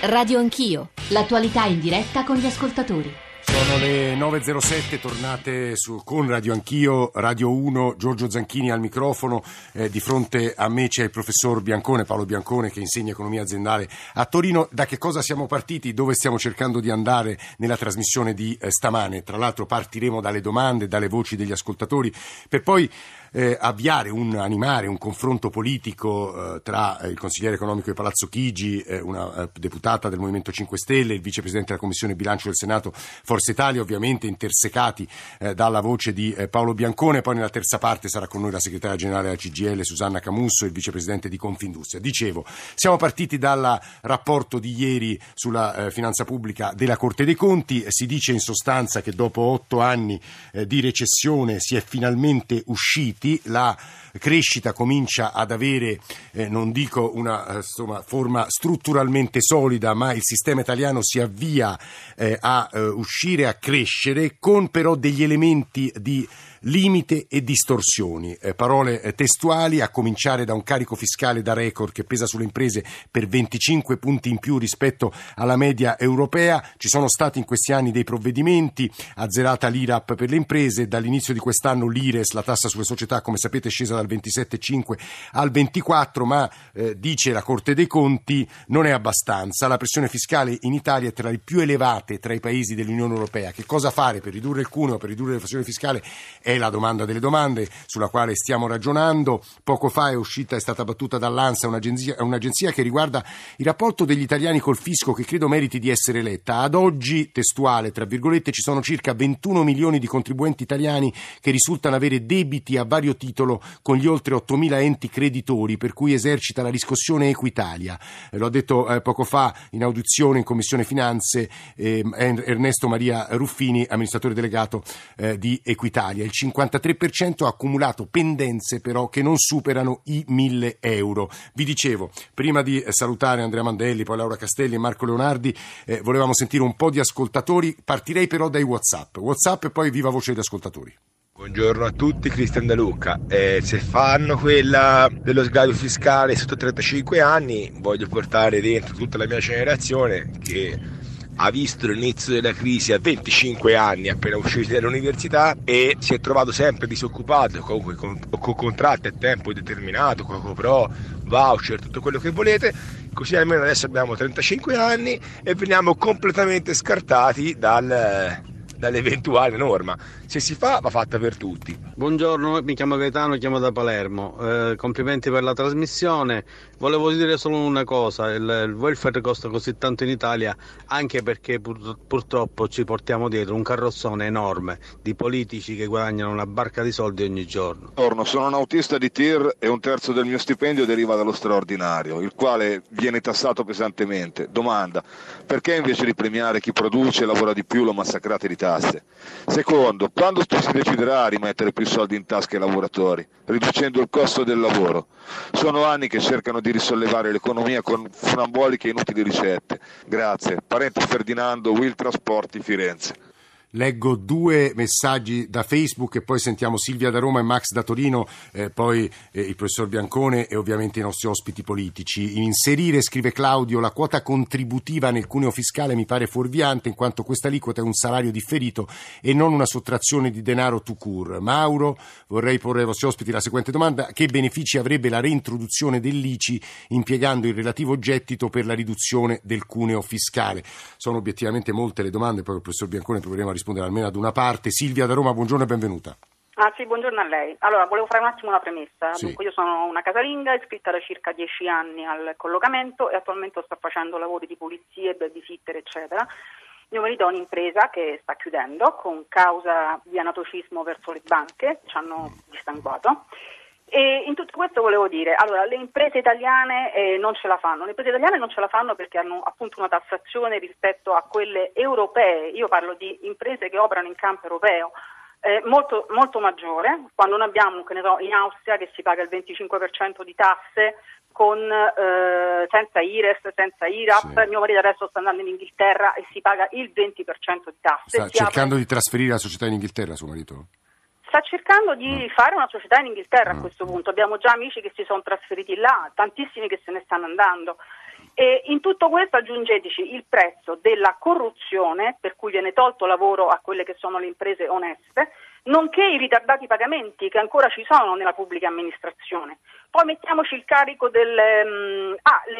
Radio Anch'io, l'attualità in diretta con gli ascoltatori. Sono le 9.07, tornate con Radio Anch'io, Radio 1, Giorgio Zanchini al microfono, di fronte a me c'è il professor Biancone, Paolo Biancone, che insegna economia aziendale a Torino. Da che cosa siamo partiti? Dove stiamo cercando di andare nella trasmissione di stamane? Tra l'altro partiremo dalle domande, dalle voci degli ascoltatori, per poi animare un confronto politico tra il consigliere economico di Palazzo Chigi, una deputata del Movimento 5 Stelle, il vicepresidente della Commissione Bilancio del Senato Forza Italia, ovviamente intersecati dalla voce di Paolo Biancone. Poi nella terza parte sarà con noi la segretaria generale della CGIL Susanna Camusso e il vicepresidente di Confindustria. Dicevo, siamo partiti dal rapporto di ieri sulla finanza pubblica della Corte dei Conti. Si dice in sostanza che dopo 8 anni di recessione si è finalmente usciti. La crescita comincia ad avere, non dico una forma strutturalmente solida, ma il sistema italiano si avvia a uscire, a crescere, con però degli elementi di limite e distorsioni. Parole testuali, a cominciare da un carico fiscale da record che pesa sulle imprese per 25 punti in più rispetto alla media europea. Ci sono stati in questi anni dei provvedimenti, azzerata l'IRAP per le imprese, dall'inizio di quest'anno l'IRES, la tassa sulle società, come sapete è scesa dal 27,5 al 24, ma dice la Corte dei Conti non è abbastanza. La pressione fiscale in Italia è tra le più elevate tra i paesi dell'Unione Europea. Che cosa fare per ridurre il cuneo, per ridurre la pressione fiscale? È la domanda delle domande sulla quale stiamo ragionando. Poco fa è stata battuta dall'ANSA, un'agenzia che riguarda il rapporto degli italiani col fisco, che credo meriti di essere letta. Ad oggi, testuale, tra virgolette, ci sono circa 21 milioni di contribuenti italiani che risultano avere debiti a vario titolo con gli oltre 8.000 enti creditori per cui esercita la riscossione Equitalia. L'ho detto poco fa in audizione in Commissione Finanze Ernesto Maria Ruffini, amministratore delegato di Equitalia. Il 53% ha accumulato pendenze però che non superano i 1.000 euro. Vi dicevo, prima di salutare Andrea Mandelli, poi Laura Castelli e Marco Leonardi, volevamo sentire un po' di ascoltatori. Partirei però dai WhatsApp e poi viva voce degli ascoltatori. Buongiorno a tutti, Cristian Da Lucca. Se fanno quella dello sgravio fiscale sotto 35 anni, voglio portare dentro tutta la mia generazione che ha visto l'inizio della crisi a 25 anni appena usciti dall'università e si è trovato sempre disoccupato, comunque con contratti a tempo determinato, con co-pro, voucher, tutto quello che volete. Così almeno adesso abbiamo 35 anni e veniamo completamente scartati dall'eventuale norma. Se si fa, va fatta per tutti. Buongiorno, mi chiamo Gaetano, chiamo da Palermo. Complimenti per la trasmissione. Volevo dire solo una cosa: il welfare costa così tanto in Italia anche perché purtroppo ci portiamo dietro un carrozzone enorme di politici che guadagnano una barca di soldi ogni giorno. Sono un autista di tir e 1/3 del mio stipendio deriva dallo straordinario, il quale viene tassato pesantemente. Domanda: perché invece di premiare chi produce e lavora di più lo massacrate di tasse? Secondo, quando si deciderà a rimettere più soldi in tasca ai lavoratori, riducendo il costo del lavoro? Sono anni che cercano di risollevare l'economia con funamboliche e inutili ricette. Grazie. Parente Ferdinando, Will Trasporti, Firenze. Leggo 2 messaggi da Facebook e poi sentiamo Silvia da Roma e Max da Torino, poi il professor Biancone e ovviamente i nostri ospiti politici. Inserire, scrive Claudio, la quota contributiva nel cuneo fiscale mi pare fuorviante, in quanto questa aliquota è un salario differito e non una sottrazione di denaro tout court. Mauro, vorrei porre ai vostri ospiti la seguente domanda: che benefici avrebbe la reintroduzione dell'ICI impiegando il relativo gettito per la riduzione del cuneo fiscale? Sono obiettivamente molte le domande, poi il professor Biancone proveremo a rispondere almeno ad una parte. Silvia da Roma, buongiorno e benvenuta. Sì, buongiorno a lei. Allora, volevo fare un attimo una premessa. Sì. Dunque, io sono una casalinga iscritta da circa 10 anni al collocamento e attualmente sto facendo lavori di pulizie, babysitter, eccetera. Mio marito ha un'impresa che sta chiudendo con causa di anatocismo verso le banche, ci hanno distanguato. E in tutto questo volevo dire, allora, le imprese italiane non ce la fanno. Le imprese italiane non ce la fanno perché hanno appunto una tassazione rispetto a quelle europee. Io parlo di imprese che operano in campo europeo, molto, molto maggiore, quando noi abbiamo, che ne so, in Austria che si paga il 25% di tasse senza IRES, senza IRAP. Sì. Mio marito adesso sta andando in Inghilterra e si paga il 20% di tasse. Sta cercando di trasferire la società in Inghilterra, suo marito? Sta cercando di fare una società in Inghilterra a questo punto. Abbiamo già amici che si sono trasferiti là, tantissimi che se ne stanno andando. E in tutto questo aggiungeteci il prezzo della corruzione, per cui viene tolto lavoro a quelle che sono le imprese oneste, nonché i ritardati pagamenti che ancora ci sono nella pubblica amministrazione. Poi mettiamoci il carico le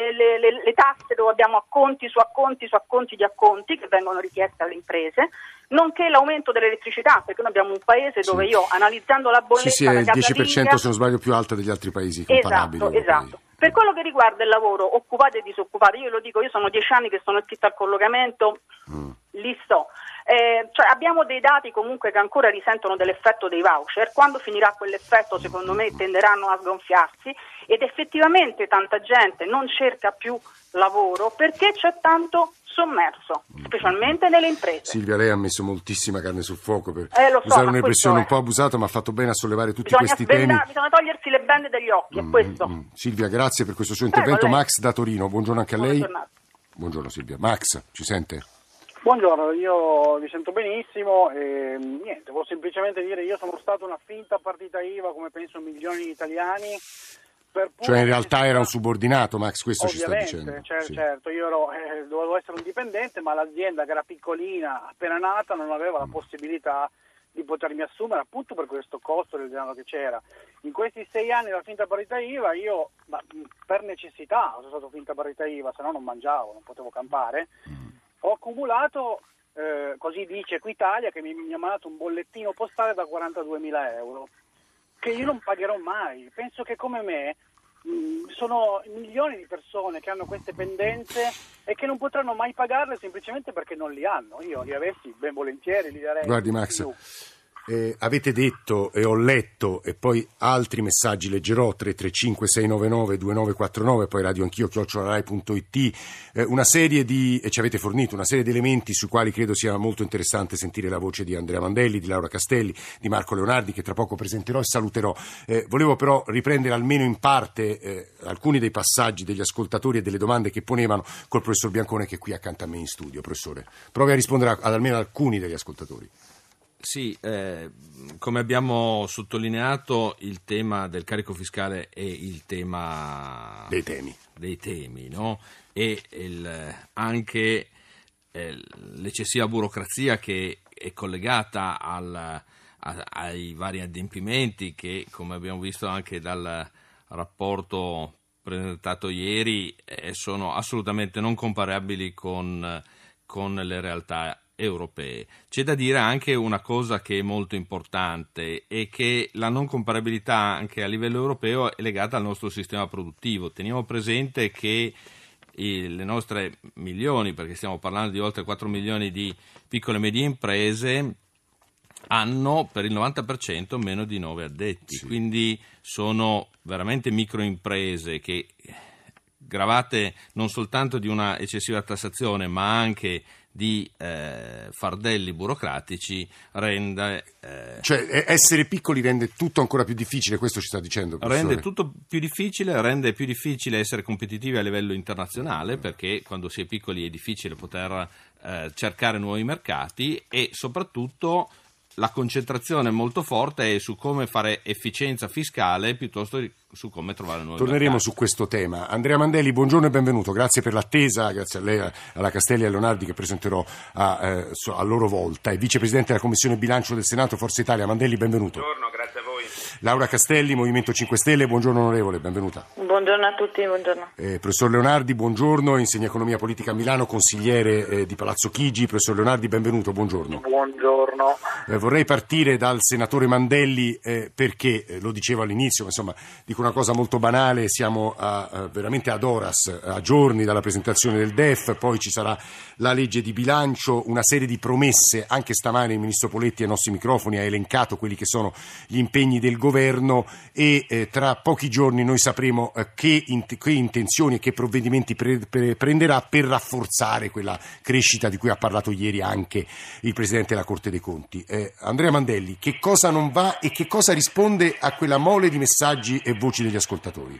tasse, dove abbiamo acconti su acconti su acconti di acconti che vengono richieste alle imprese, nonché l'aumento dell'elettricità, perché noi abbiamo un paese dove io, analizzando la bolletta, sì, è il 10% se non sbaglio più alta degli altri paesi comparabili. Esatto. Per quello che riguarda il lavoro, occupati e disoccupati, io lo dico, io sono 10 anni che sono iscritta al collocamento, lì sto. Cioè abbiamo dei dati comunque che ancora risentono dell'effetto dei voucher. Quando finirà quell'effetto, secondo me, tenderanno a sgonfiarsi ed effettivamente tanta gente non cerca più lavoro perché c'è tanto sommerso, specialmente nelle imprese. Silvia, lei ha messo moltissima carne sul fuoco per lo so, usare un'espressione un po' abusata, ma ha fatto bene a sollevare tutti questi temi. Bisogna togliersi le bende dagli occhi, è questo. Silvia, grazie per questo suo intervento. Max da Torino, buongiorno anche a lei. Buongiorno Silvia. Max, ci sente? Buongiorno, io vi sento benissimo e niente, volevo semplicemente dire io sono stato una finta partita IVA come penso milioni di italiani. Cioè in realtà era un subordinato, Max, questo ovviamente, ci sta dicendo. Certo, io dovevo essere un dipendente, ma l'azienda che era piccolina, appena nata, non aveva la possibilità di potermi assumere appunto per questo costo del denaro che c'era. In questi 6 anni della finta partita IVA io, per necessità, sono stato finta partita IVA, se no non mangiavo, non potevo campare. Ho accumulato, così dice Equitalia, che mi ha mandato un bollettino postale da 42.000 euro, che io non pagherò mai. Penso che come me sono milioni di persone che hanno queste pendenze e che non potranno mai pagarle semplicemente perché non li hanno. Io li avessi ben volentieri, li darei. Guardi Max, avete detto e ho letto e poi altri messaggi leggerò 335 699 2949 poi radioanchio @rai.it una serie di e ci avete fornito una serie di elementi sui quali credo sia molto interessante sentire la voce di Andrea Mandelli, di Laura Castelli, di Marco Leonardi, che tra poco presenterò e saluterò. Volevo però riprendere almeno in parte alcuni dei passaggi degli ascoltatori e delle domande che ponevano col professor Biancone, che è qui accanto a me in studio. Professore, provi a rispondere ad almeno alcuni degli ascoltatori. Sì, come abbiamo sottolineato, il tema del carico fiscale è il tema dei temi, no? E anche l'eccessiva burocrazia che è collegata ai vari adempimenti che, come abbiamo visto anche dal rapporto presentato ieri, sono assolutamente non comparabili con le realtà europee. C'è da dire anche una cosa che è molto importante, è che la non comparabilità anche a livello europeo è legata al nostro sistema produttivo. Teniamo presente che le nostre milioni, perché stiamo parlando di oltre 4 milioni di piccole e medie imprese, hanno per il 90% meno di 9 addetti, sì. Quindi sono veramente microimprese che, gravate non soltanto di una eccessiva tassazione ma anche di fardelli burocratici, rende cioè essere piccoli rende tutto ancora più difficile, questo ci sta dicendo, professore? Rende tutto più difficile, rende più difficile essere competitivi a livello internazionale, perché quando si è piccoli è difficile poter cercare nuovi mercati, e soprattutto la concentrazione molto forte è su come fare efficienza fiscale piuttosto che su come trovare nuovi Torneremo mercati. Su questo tema. Andrea Mandelli, buongiorno e benvenuto. Grazie per l'attesa, grazie a lei, alla Castelli e a Leonardi, che presenterò a loro volta. È vicepresidente della Commissione Bilancio del Senato, Forza Italia. Mandelli, benvenuto. Buongiorno, grazie a voi. Laura Castelli, Movimento 5 Stelle, buongiorno onorevole, benvenuta. Buongiorno a tutti, buongiorno. Professor Leonardi, buongiorno, insegna economia politica a Milano, consigliere di Palazzo Chigi. Professor Leonardi, benvenuto, buongiorno. Buongiorno. Vorrei partire dal senatore Mandelli perché, lo dicevo all'inizio, insomma, dico una cosa molto banale, siamo veramente ad horas, a giorni dalla presentazione del DEF, poi ci sarà la legge di bilancio, una serie di promesse. Anche stamane il ministro Poletti ai nostri microfoni ha elencato quelli che sono gli impegni del governo e tra pochi giorni noi sapremo che intenzioni e che provvedimenti prenderà per rafforzare quella crescita di cui ha parlato ieri anche il Presidente della Corte dei Conti. Andrea Mandelli, che cosa non va e che cosa risponde a quella mole di messaggi e voci degli ascoltatori?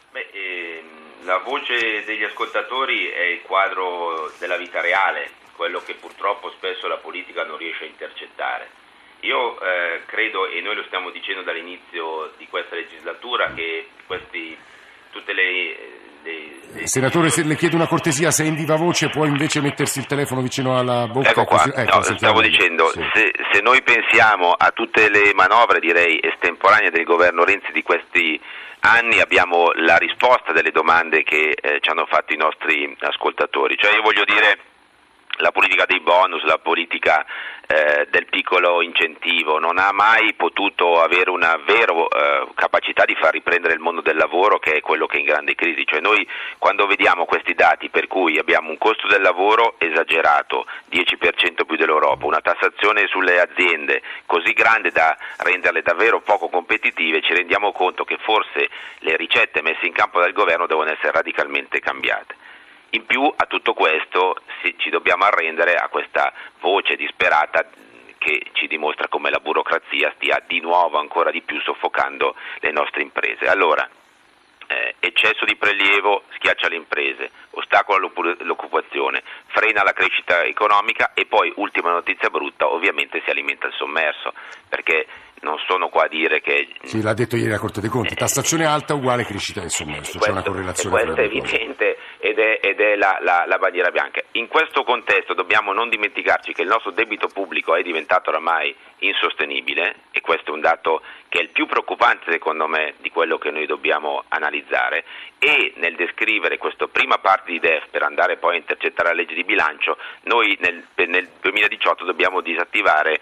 La voce degli ascoltatori è il quadro della vita reale, quello che purtroppo spesso la politica non riesce a intercettare. Io credo, e noi lo stiamo dicendo dall'inizio di questa legislatura, che tutte le Senatore, se le chiedo una cortesia, se è in viva voce può invece mettersi il telefono vicino alla bocca. Ecco qua, stavo dicendo, sì. se noi pensiamo a tutte le manovre, direi, estemporanee del governo Renzi di questi anni, abbiamo la risposta delle domande che ci hanno fatto i nostri ascoltatori. Cioè, io voglio dire, la politica dei bonus, la politica del piccolo incentivo non ha mai potuto avere una vera capacità di far riprendere il mondo del lavoro, che è quello che è in grande crisi. Cioè, noi quando vediamo questi dati per cui abbiamo un costo del lavoro esagerato, 10% più dell'Europa, una tassazione sulle aziende così grande da renderle davvero poco competitive, ci rendiamo conto che forse le ricette messe in campo dal governo devono essere radicalmente cambiate. In più a tutto questo ci dobbiamo arrendere a questa voce disperata che ci dimostra come la burocrazia stia di nuovo ancora di più soffocando le nostre imprese. Allora, eccesso di prelievo schiaccia le imprese, ostacola l'occupazione, frena la crescita economica e poi, ultima notizia brutta, ovviamente si alimenta il sommerso, perché non sono qua a dire che... Sì, l'ha detto ieri la Corte dei Conti, tassazione alta uguale crescita del sommerso, c'è una correlazione. Questo è evidente ed è la bandiera bianca. In questo contesto dobbiamo non dimenticarci che il nostro debito pubblico è diventato oramai insostenibile, e questo è un dato che è il più preoccupante secondo me di quello che noi dobbiamo analizzare, e nel descrivere questa prima parte di DEF per andare poi a intercettare la legge di bilancio, noi nel 2018 dobbiamo disattivare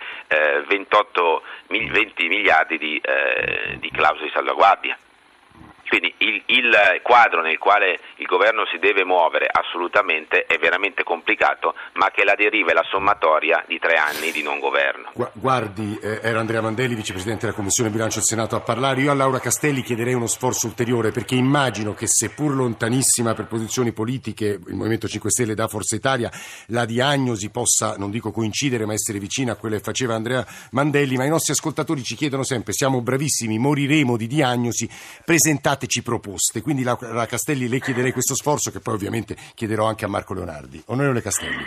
20 miliardi di clausole di salvaguardia. Quindi il quadro nel quale il governo si deve muovere assolutamente è veramente complicato, ma che la deriva è la sommatoria di 3 anni di non governo. Guardi, era Andrea Mandelli, vicepresidente della Commissione Bilancio del Senato, a parlare. Io a Laura Castelli chiederei uno sforzo ulteriore, perché immagino che, seppur lontanissima per posizioni politiche, il Movimento 5 Stelle da Forza Italia, la diagnosi possa, non dico coincidere, ma essere vicina a quella che faceva Andrea Mandelli. Ma i nostri ascoltatori ci chiedono sempre: siamo bravissimi, moriremo di diagnosi, presentateci proposte. Quindi la Castelli, le chiederei questo sforzo, che poi ovviamente chiederò anche a Marco Leonardi. Onorevole Castelli.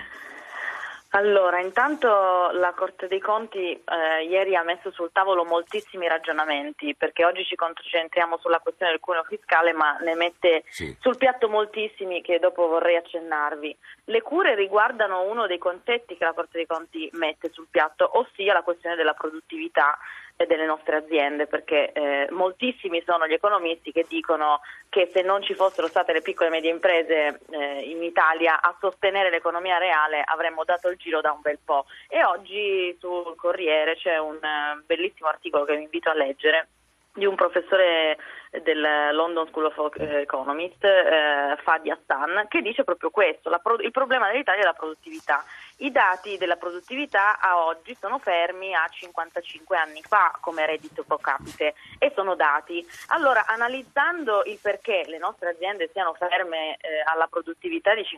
Allora, intanto la Corte dei Conti ieri ha messo sul tavolo moltissimi ragionamenti, perché oggi ci concentriamo sulla questione del cuneo fiscale, ma ne mette sul piatto moltissimi che dopo vorrei accennarvi. Le cure riguardano uno dei concetti che la Corte dei Conti mette sul piatto, ossia la questione della produttività delle nostre aziende, perché moltissimi sono gli economisti che dicono che se non ci fossero state le piccole e medie imprese in Italia a sostenere l'economia reale avremmo dato il giro da un bel po'. E oggi sul Corriere c'è un bellissimo articolo che vi invito a leggere di un professore del London School of Economics, Fadi Hassan, che dice proprio questo: il problema dell'Italia è la produttività. I dati della produttività a oggi sono fermi a 55 anni fa come reddito pro capite, e sono dati. Allora, analizzando il perché le nostre aziende siano ferme alla produttività di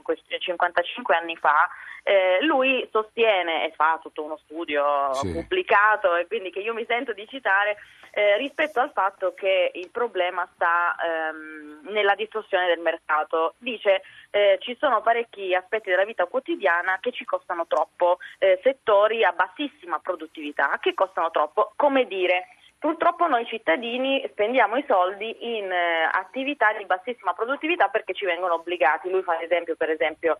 55 anni fa, lui sostiene, e fa tutto uno studio pubblicato, e quindi che io mi sento di citare, rispetto al fatto che il problema sta nella distorsione del mercato. Dice ci sono parecchi aspetti della vita quotidiana che ci costano troppo, settori a bassissima produttività che costano troppo. Come dire, purtroppo noi cittadini spendiamo i soldi in attività di bassissima produttività perché ci vengono obbligati. Lui fa l'esempio, per esempio,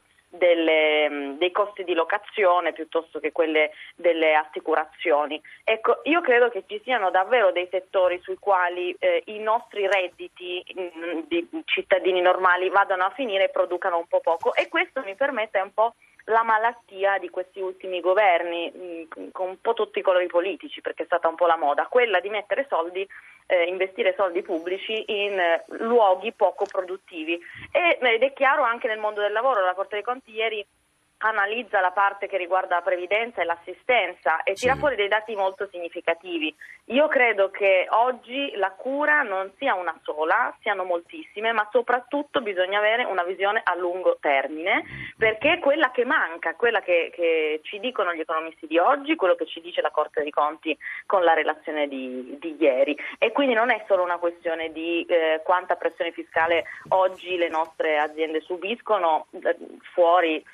dei costi di locazione piuttosto che quelle delle assicurazioni. Ecco, io credo che ci siano davvero dei settori sui quali i nostri redditi di cittadini normali vadano a finire e producano un po' poco, e questo, mi permette, è un po' la malattia di questi ultimi governi, con un po' tutti i colori politici, perché è stata un po' la moda, quella di mettere soldi, investire soldi pubblici in luoghi poco produttivi. Ed è chiaro anche nel mondo del lavoro. La Corte dei Conti ieri analizza la parte che riguarda la previdenza e l'assistenza e tira fuori dei dati molto significativi. Io credo che oggi la cura non sia una sola, siano moltissime, ma soprattutto bisogna avere una visione a lungo termine, perché è quella che manca, quella che ci dicono gli economisti di oggi, quello che ci dice la Corte dei Conti con la relazione di ieri. E quindi non è solo una questione di quanta pressione fiscale oggi le nostre aziende subiscono fuori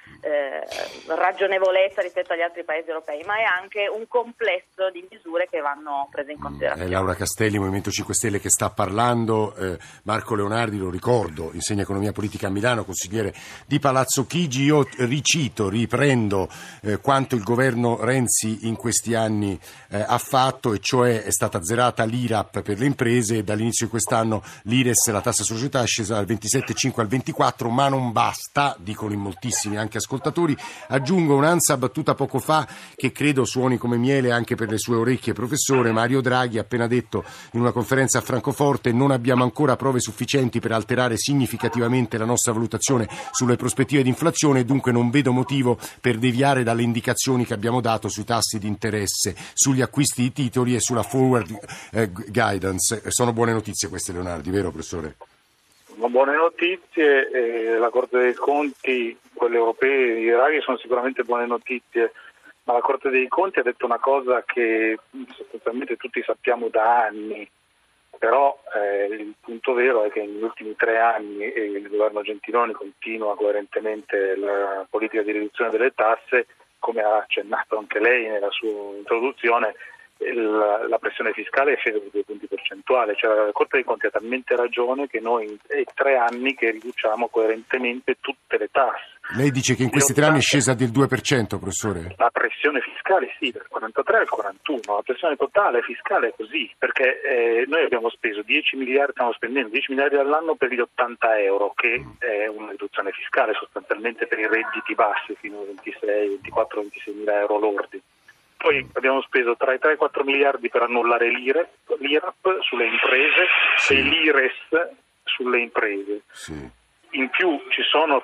ragionevolezza rispetto agli altri paesi europei, ma è anche un complesso di misure che vanno prese in considerazione. È Laura Castelli, Movimento 5 Stelle, che sta parlando. Marco Leonardi, lo ricordo, insegna economia politica a Milano, consigliere di Palazzo Chigi. Io riprendo quanto il governo Renzi in questi anni ha fatto, e cioè è stata azzerata l'IRAP per le imprese e dall'inizio di quest'anno l'IRES, la tassa sulla società, è scesa dal 27,5 al 24, ma non basta, dicono in moltissimi anche ascoltatori. Aggiungo un'ansa battuta poco fa che credo suoni come miele anche per le sue orecchie, professore. Mario Draghi ha appena detto in una conferenza a Francoforte: non abbiamo ancora prove sufficienti per alterare significativamente la nostra valutazione sulle prospettive di inflazione, dunque non vedo motivo per deviare dalle indicazioni che abbiamo dato sui tassi di interesse, sugli acquisti di titoli e sulla forward guidance. Sono buone notizie queste, Leonardi, vero professore? Sono buone notizie, la Corte dei Conti, quelle europee di Draghi, sono sicuramente buone notizie, ma la Corte dei Conti ha detto una cosa che sostanzialmente tutti sappiamo da anni, però il punto vero è che negli ultimi 3 anni il governo Gentiloni continua coerentemente la politica di riduzione delle tasse, come ha accennato anche lei nella sua introduzione. La pressione fiscale è scesa di 2 punti percentuali, cioè la Corte dei Conti ha talmente ragione che noi è 3 anni che riduciamo coerentemente tutte le tasse. Lei dice che in questi 3 anni è scesa del 2%, professore? La pressione fiscale sì, dal 43 al 41, la pressione totale fiscale è così, perché noi abbiamo speso 10 miliardi, stiamo spendendo 10 miliardi all'anno per gli 80 euro, che è una riduzione fiscale sostanzialmente per i redditi bassi fino a 24-26 mila euro lordi. Poi abbiamo speso tra i 3 e i 4 miliardi per annullare l'IRAP sulle imprese e l'IRES sulle imprese. Sì. In più ci sono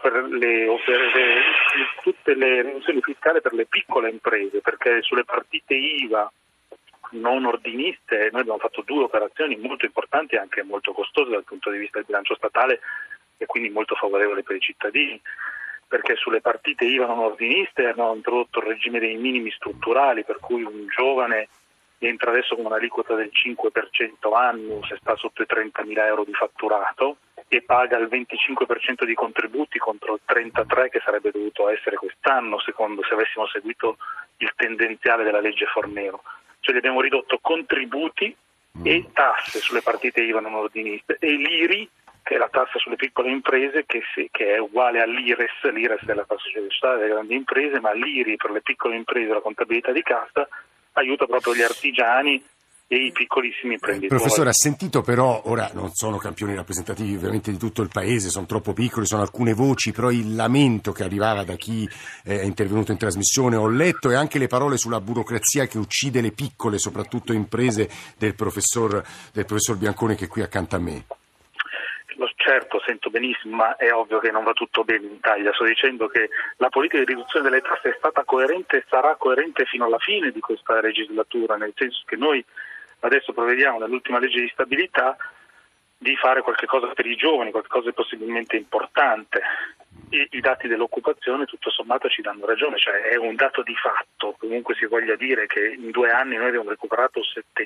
tutte le riduzioni fiscali per le piccole imprese, perché sulle partite IVA non ordiniste noi abbiamo fatto 2 operazioni molto importanti e anche molto costose dal punto di vista del bilancio statale e quindi molto favorevoli per i cittadini, perché sulle partite IVA non ordiniste hanno introdotto il regime dei minimi strutturali, per cui un giovane entra adesso con un'aliquota del 5% annuo se sta sotto i 30.000 euro di fatturato e paga il 25% di contributi contro il 33% che sarebbe dovuto essere quest'anno, secondo se avessimo seguito il tendenziale della legge Fornero. Cioè gli abbiamo ridotto contributi e tasse sulle partite IVA non ordiniste e l'IRI, che è la tassa sulle piccole imprese, che è uguale all'IRES è la tassa sulle società delle grandi imprese, ma l'IRI per le piccole imprese, la contabilità di cassa, aiuta proprio gli artigiani e i piccolissimi imprenditori. Professore, ha sentito però, ora non sono campioni rappresentativi ovviamente di tutto il paese, sono troppo piccoli, sono alcune voci, però il lamento che arrivava da chi è intervenuto in trasmissione, ho letto, e anche le parole sulla burocrazia che uccide le piccole, soprattutto imprese, del professor Biancone, che è qui accanto a me. Certo, sento benissimo, ma è ovvio che non va tutto bene in Italia. Sto dicendo che la politica di riduzione delle tasse è stata coerente e sarà coerente fino alla fine di questa legislatura, nel senso che noi adesso provvediamo nell'ultima legge di stabilità di fare qualche cosa per i giovani, qualcosa di possibilmente importante. I dati dell'occupazione tutto sommato ci danno ragione, cioè è un dato di fatto, comunque si voglia dire che in 2 anni noi abbiamo recuperato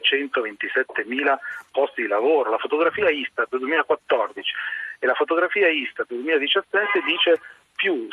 727.000 posti di lavoro. La fotografia Istat del 2014 e la fotografia Istat del 2017 dice più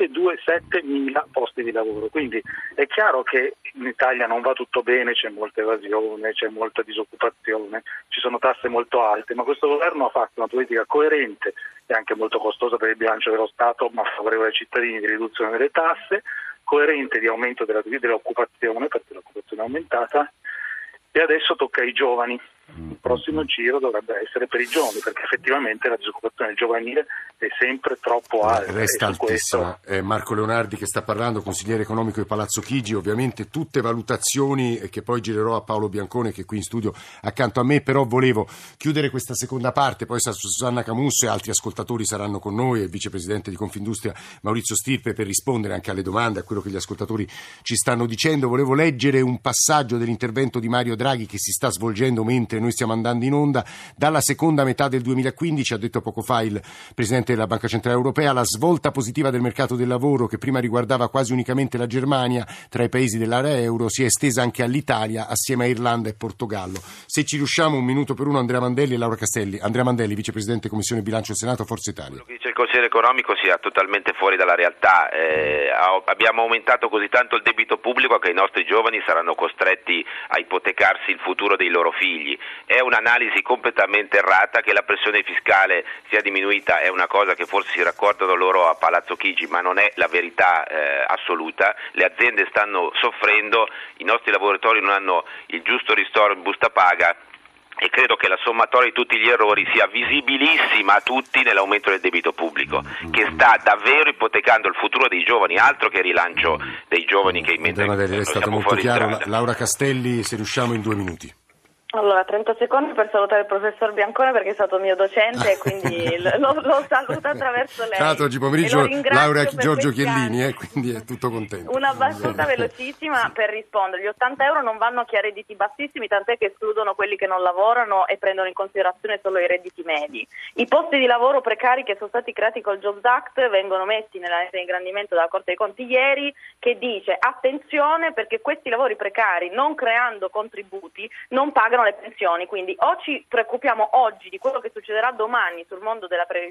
727.000 posti di lavoro, quindi è chiaro che in Italia non va tutto bene, c'è molta evasione, c'è molta disoccupazione, ci sono tasse molto alte, ma questo governo ha fatto una politica coerente e anche molto costosa per il bilancio dello Stato, ma favorevole ai cittadini, di riduzione delle tasse, coerente di aumento dell'occupazione, perché l'occupazione è aumentata, e adesso tocca ai giovani. Il prossimo giro dovrebbe essere per i giovani, perché effettivamente la disoccupazione giovanile è sempre troppo alta. Resta altissima. Marco Leonardi che sta parlando, consigliere economico di Palazzo Chigi, ovviamente tutte valutazioni che poi girerò a Paolo Biancone, che è qui in studio accanto a me, però volevo chiudere questa seconda parte, poi Susanna Camusso e altri ascoltatori saranno con noi, e il vicepresidente di Confindustria Maurizio Stirpe, per rispondere anche alle domande, a quello che gli ascoltatori ci stanno dicendo. Volevo leggere un passaggio dell'intervento di Mario Draghi che si sta svolgendo mentre noi stiamo andando in onda. Dalla seconda metà del 2015, ha detto poco fa il Presidente della Banca Centrale Europea, la svolta positiva del mercato del lavoro, che prima riguardava quasi unicamente la Germania tra i paesi dell'area euro, si è estesa anche all'Italia assieme a Irlanda e Portogallo. Se ci riusciamo, un minuto per uno, Andrea Mandelli e Laura Castelli. Andrea Mandelli, Vicepresidente Commissione Bilancio del Senato, Forza Italia. Quello che dice il consigliere economico sia totalmente fuori dalla realtà. Abbiamo aumentato così tanto il debito pubblico che i nostri giovani saranno costretti a ipotecarsi il futuro dei loro figli. È un'analisi completamente errata. Che la pressione fiscale sia diminuita è una cosa che forse si raccordano loro a Palazzo Chigi, ma non è la verità assoluta. Le aziende stanno soffrendo, i nostri lavoratori non hanno il giusto ristoro in busta paga, e credo che la sommatoria di tutti gli errori sia visibilissima a tutti nell'aumento del debito pubblico, che sta davvero ipotecando il futuro dei giovani, altro che rilancio dei giovani che in mente è stato molto chiaro. Laura Castelli, se riusciamo in 2 minuti. Allora, 30 secondi per salutare il professor Biancone, perché è stato mio docente e quindi lo saluto attraverso lei. Tra l'altro oggi pomeriggio laurea Giorgio Chiellini, quindi è tutto contento. Una battuta velocissima per rispondere. Gli 80 euro non vanno a chi ha redditi bassissimi, tant'è che escludono quelli che non lavorano e prendono in considerazione solo i redditi medi. I posti di lavoro precari che sono stati creati col Jobs Act vengono messi nella netta di ingrandimento dalla Corte dei Conti ieri, che dice attenzione perché questi lavori precari, non creando contributi, non pagano le pensioni, quindi o ci preoccupiamo oggi di quello che succederà domani sul mondo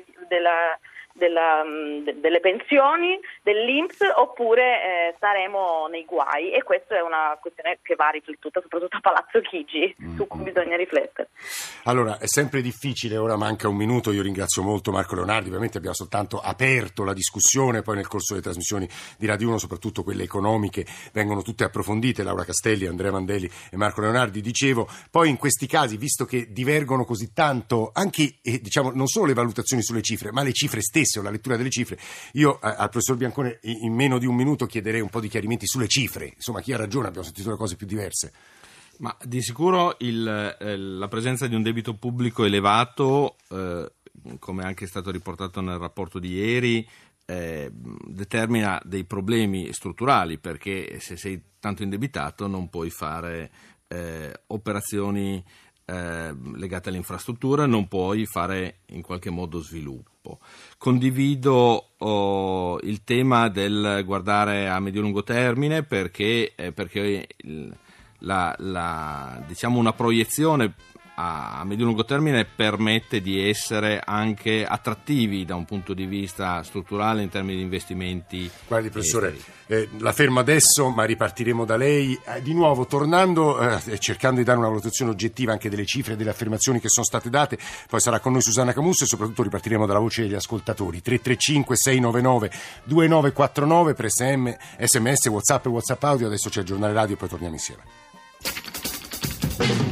delle pensioni, dell'INPS, oppure saremo nei guai, e questa è una questione che va riflettuta soprattutto a Palazzo Chigi, su cui bisogna riflettere. Allora, è sempre difficile, ora manca un minuto, io ringrazio molto Marco Leonardi, ovviamente abbiamo soltanto aperto la discussione, poi nel corso delle trasmissioni di Radio 1, soprattutto quelle economiche, vengono tutte approfondite, Laura Castelli, Andrea Mandelli e Marco Leonardi, dicevo. Poi in questi casi, visto che divergono così tanto anche non solo le valutazioni sulle cifre, ma le cifre stesse o la lettura delle cifre, io al professor Biancone in meno di un minuto chiederei un po' di chiarimenti sulle cifre. Insomma, chi ha ragione? Abbiamo sentito le cose più diverse. Ma di sicuro la presenza di un debito pubblico elevato, come anche è stato riportato nel rapporto di ieri, determina dei problemi strutturali, perché se sei tanto indebitato non puoi fare operazioni legate all'infrastruttura, non puoi fare in qualche modo sviluppo. Condivido il tema del guardare a medio-lungo termine, perché diciamo una proiezione a medio-lungo termine permette di essere anche attrattivi da un punto di vista strutturale in termini di investimenti. Guardi professore, la fermo adesso, ma ripartiremo da lei. Di nuovo, tornando cercando di dare una valutazione oggettiva anche delle cifre e delle affermazioni che sono state date, poi sarà con noi Susanna Camusso e soprattutto ripartiremo dalla voce degli ascoltatori. 335-699-2949 per SMS, WhatsApp e WhatsApp audio. Adesso c'è il giornale radio e poi torniamo insieme.